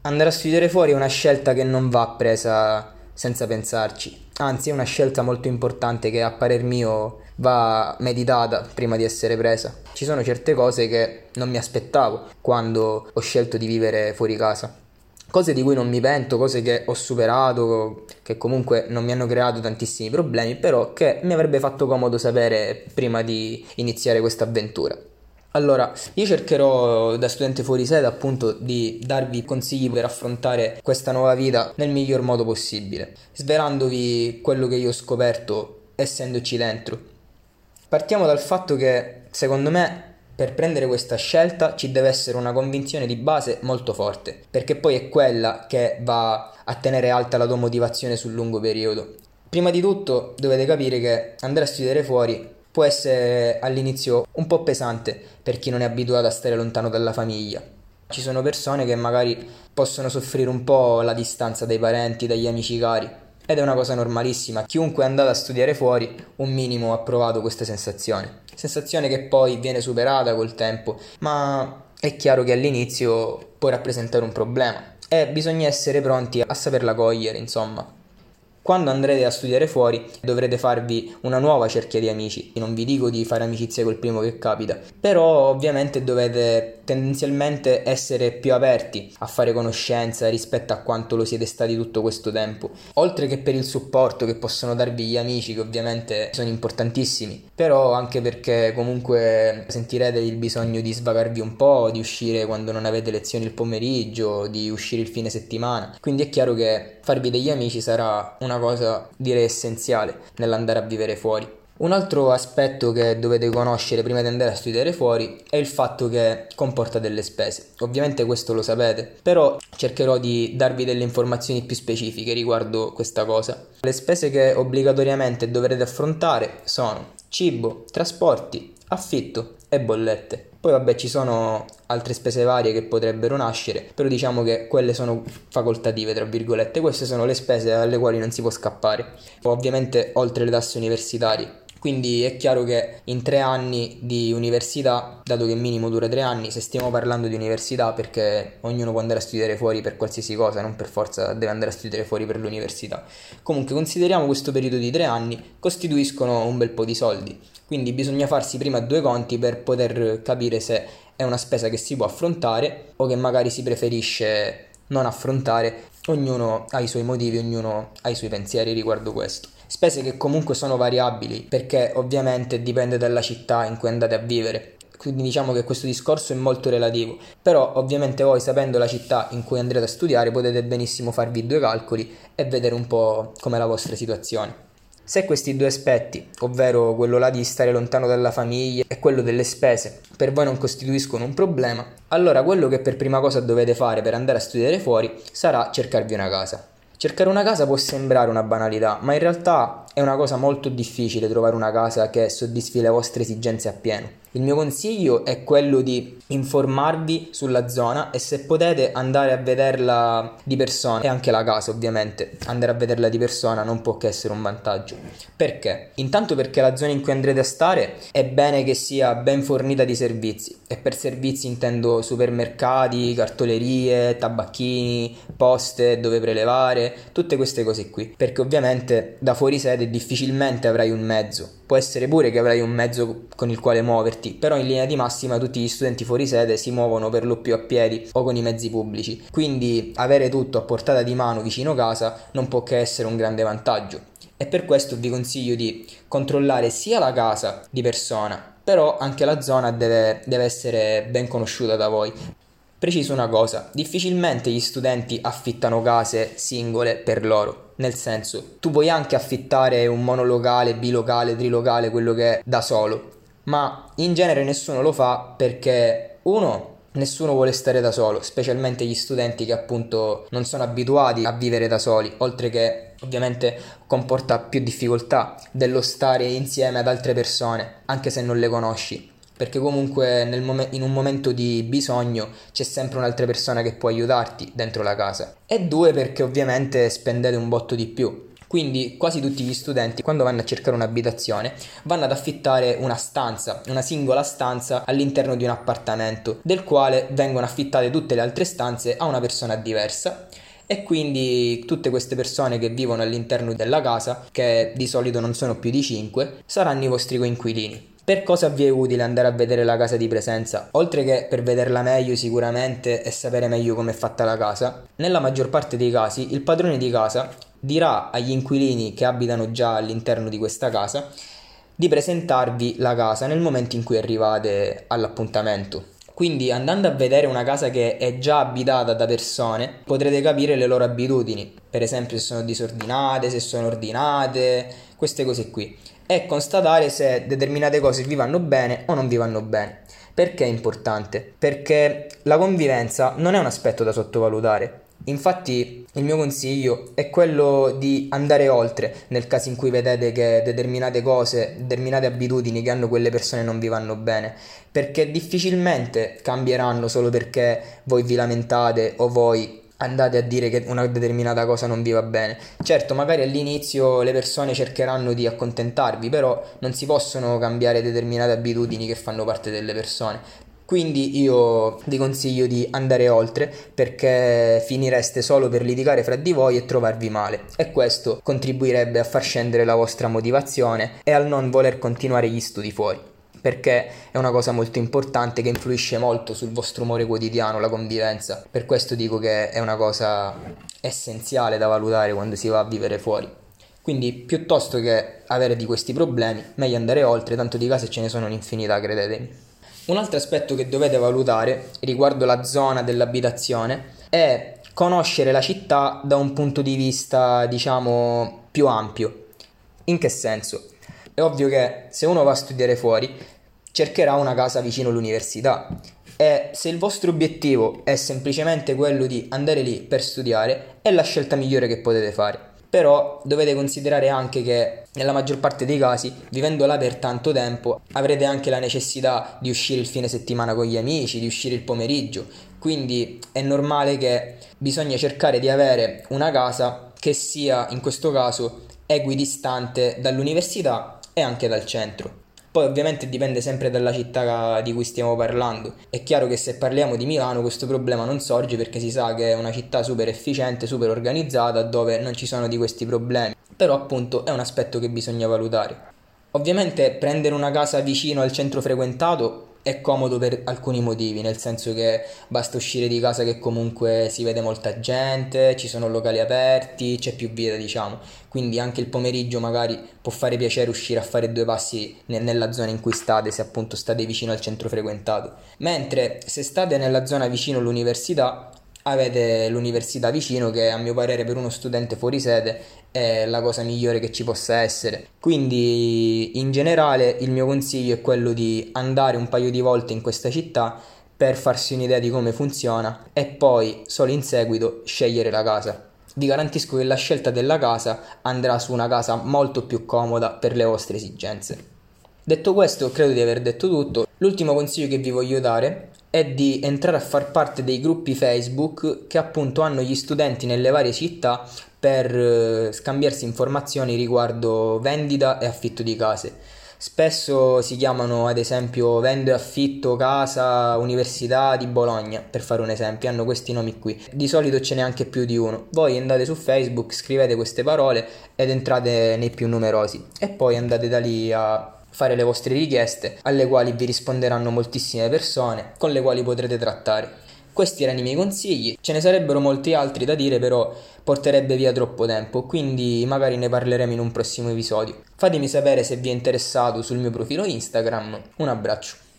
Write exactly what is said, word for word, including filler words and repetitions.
Andare a studiare fuori è una scelta che non va presa senza pensarci, anzi è una scelta molto importante che a parer mio va meditata prima di essere presa. Ci sono certe cose che non mi aspettavo quando ho scelto di vivere fuori casa. Cose di cui non mi pento, cose che ho superato, che comunque non mi hanno creato tantissimi problemi, però che mi avrebbe fatto comodo sapere prima di iniziare questa avventura. Allora, io cercherò da studente fuori sede appunto di darvi consigli per affrontare questa nuova vita nel miglior modo possibile, svelandovi quello che io ho scoperto essendoci dentro. Partiamo dal fatto che, secondo me, per prendere questa scelta ci deve essere una convinzione di base molto forte, perché poi è quella che va a tenere alta la tua motivazione sul lungo periodo. Prima di tutto dovete capire che andare a studiare fuori può essere all'inizio un po' pesante per chi non è abituato a stare lontano dalla famiglia. Ci sono persone che magari possono soffrire un po' la distanza dai parenti, dagli amici cari, ed è una cosa normalissima. Chiunque è andato a studiare fuori un minimo ha provato questa sensazione. Sensazione che poi viene superata col tempo, ma è chiaro che all'inizio può rappresentare un problema e bisogna essere pronti a saperla cogliere, insomma. Quando andrete a studiare fuori dovrete farvi una nuova cerchia di amici. Non vi dico di fare amicizia col primo che capita, però ovviamente dovete tendenzialmente essere più aperti a fare conoscenza rispetto a quanto lo siete stati tutto questo tempo. Oltre che per il supporto che possono darvi gli amici, che ovviamente sono importantissimi, però anche perché comunque sentirete il bisogno di svagarvi un po', di uscire quando non avete lezioni il pomeriggio, di uscire il fine settimana. Quindi è chiaro che farvi degli amici sarà una cosa direi essenziale nell'andare a vivere fuori. Un altro aspetto che dovete conoscere prima di andare a studiare fuori è il fatto che comporta delle spese. Ovviamente questo lo sapete, però cercherò di darvi delle informazioni più specifiche riguardo questa cosa. Le spese che obbligatoriamente dovrete affrontare sono cibo, trasporti, affitto e bollette. Poi vabbè, ci sono altre spese varie che potrebbero nascere, però diciamo che quelle sono facoltative, tra virgolette. Queste sono le spese alle quali non si può scappare. Ovviamente oltre le tasse universitarie. Quindi è chiaro che in tre anni di università, dato che il minimo dura tre anni, se stiamo parlando di università, perché ognuno può andare a studiare fuori per qualsiasi cosa, non per forza deve andare a studiare fuori per l'università. Comunque consideriamo questo periodo di tre anni, costituiscono un bel po' di soldi. Quindi bisogna farsi prima due conti per poter capire se è una spesa che si può affrontare o che magari si preferisce non affrontare. Ognuno ha i suoi motivi, ognuno ha i suoi pensieri riguardo questo. Spese che comunque sono variabili perché ovviamente dipende dalla città in cui andate a vivere. Quindi diciamo che questo discorso è molto relativo, però ovviamente voi, sapendo la città in cui andrete a studiare, potete benissimo farvi due calcoli e vedere un po' com'è la vostra situazione. Se questi due aspetti, ovvero quello là di stare lontano dalla famiglia e quello delle spese, per voi non costituiscono un problema, allora quello che per prima cosa dovete fare per andare a studiare fuori sarà cercarvi una casa. Cercare una casa può sembrare una banalità, ma in realtà è una cosa molto difficile trovare una casa che soddisfi le vostre esigenze appieno. Il mio consiglio è quello di informarvi sulla zona e se potete andare a vederla di persona, e anche la casa ovviamente, andare a vederla di persona non può che essere un vantaggio. Perché? Intanto perché la zona in cui andrete a stare è bene che sia ben fornita di servizi, e per servizi intendo supermercati, cartolerie, tabacchini, poste dove prelevare, tutte queste cose qui, perché ovviamente da fuori sede difficilmente avrai un mezzo. Può essere pure che avrai un mezzo con il quale muoverti, però in linea di massima tutti gli studenti fuori sede si muovono per lo più a piedi o con i mezzi pubblici, quindi avere tutto a portata di mano vicino casa non può che essere un grande vantaggio. E per questo vi consiglio di controllare sia la casa di persona, però anche la zona deve, deve essere ben conosciuta da voi. Preciso una cosa, difficilmente gli studenti affittano case singole per loro. Nel senso, tu puoi anche affittare un monolocale, bilocale, trilocale, quello che è da solo, ma in genere nessuno lo fa perché, uno, nessuno vuole stare da solo, specialmente gli studenti che appunto non sono abituati a vivere da soli, oltre che ovviamente comporta più difficoltà dello stare insieme ad altre persone, anche se non le conosci. Perché comunque nel mom- in un momento di bisogno c'è sempre un'altra persona che può aiutarti dentro la casa. E due, perché ovviamente spendete un botto di più. Quindi quasi tutti gli studenti, quando vanno a cercare un'abitazione, vanno ad affittare una stanza, una singola stanza all'interno di un appartamento, del quale vengono affittate tutte le altre stanze a una persona diversa. E quindi tutte queste persone che vivono all'interno della casa, che di solito non sono più di cinque, saranno i vostri coinquilini. Per cosa vi è utile andare a vedere la casa di presenza? Oltre che per vederla meglio sicuramente e sapere meglio come è fatta la casa, nella maggior parte dei casi il padrone di casa dirà agli inquilini che abitano già all'interno di questa casa di presentarvi la casa nel momento in cui arrivate all'appuntamento. Quindi andando a vedere una casa che è già abitata da persone potrete capire le loro abitudini, per esempio se sono disordinate, se sono ordinate, queste cose qui, e constatare se determinate cose vi vanno bene o non vi vanno bene. Perché è importante? Perché la convivenza non è un aspetto da sottovalutare. Infatti il mio consiglio è quello di andare oltre nel caso in cui vedete che determinate cose, determinate abitudini che hanno quelle persone non vi vanno bene, perché difficilmente cambieranno solo perché voi vi lamentate o voi andate a dire che una determinata cosa non vi va bene. Certo, magari all'inizio le persone cercheranno di accontentarvi, però non si possono cambiare determinate abitudini che fanno parte delle persone. Quindi io vi consiglio di andare oltre, perché finireste solo per litigare fra di voi e trovarvi male, e questo contribuirebbe a far scendere la vostra motivazione e al non voler continuare gli studi fuori, perché è una cosa molto importante che influisce molto sul vostro umore quotidiano, la convivenza. Per questo dico che è una cosa essenziale da valutare quando si va a vivere fuori. Quindi piuttosto che avere di questi problemi, meglio andare oltre, tanto di case ce ne sono un'infinità, credetemi. Un altro aspetto che dovete valutare riguardo la zona dell'abitazione è conoscere la città da un punto di vista, diciamo, più ampio. In che senso? È ovvio che se uno va a studiare fuori cercherà una casa vicino all'università, e se il vostro obiettivo è semplicemente quello di andare lì per studiare, è la scelta migliore che potete fare. Però dovete considerare anche che nella maggior parte dei casi, vivendo là per tanto tempo, avrete anche la necessità di uscire il fine settimana con gli amici, di uscire il pomeriggio. Quindi è normale che bisogna cercare di avere una casa che sia, in questo caso, equidistante dall'università e anche dal centro. Poi ovviamente dipende sempre dalla città di cui stiamo parlando. È chiaro che se parliamo di Milano questo problema non sorge, perché si sa che è una città super efficiente, super organizzata, dove non ci sono di questi problemi. Però appunto è un aspetto che bisogna valutare. Ovviamente prendere una casa vicino al centro frequentato è comodo per alcuni motivi, nel senso che basta uscire di casa che comunque si vede molta gente, ci sono locali aperti, c'è più vita, diciamo. Quindi anche il pomeriggio magari può fare piacere uscire a fare due passi ne- nella zona in cui state, se appunto state vicino al centro frequentato. Mentre se state nella zona vicino all'università, avete l'università vicino, che a mio parere per uno studente fuori sede è la cosa migliore che ci possa essere. Quindi in generale il mio consiglio è quello di andare un paio di volte in questa città per farsi un'idea di come funziona e poi solo in seguito scegliere la casa. Vi garantisco che la scelta della casa andrà su una casa molto più comoda per le vostre esigenze. Detto questo, credo di aver detto tutto. L'ultimo consiglio che vi voglio dare è di entrare a far parte dei gruppi Facebook che appunto hanno gli studenti nelle varie città per eh, scambiarsi informazioni riguardo vendita e affitto di case. Spesso si chiamano ad esempio Vendo e Affitto Casa Università di Bologna, per fare un esempio, hanno questi nomi qui. Di solito ce n'è anche più di uno. Voi andate su Facebook, scrivete queste parole ed entrate nei più numerosi e poi andate da lì a fare le vostre richieste, alle quali vi risponderanno moltissime persone con le quali potrete trattare. Questi erano i miei consigli, ce ne sarebbero molti altri da dire, però porterebbe via troppo tempo, quindi magari ne parleremo in un prossimo episodio. Fatemi sapere se vi è interessato sul mio profilo Instagram. Un abbraccio.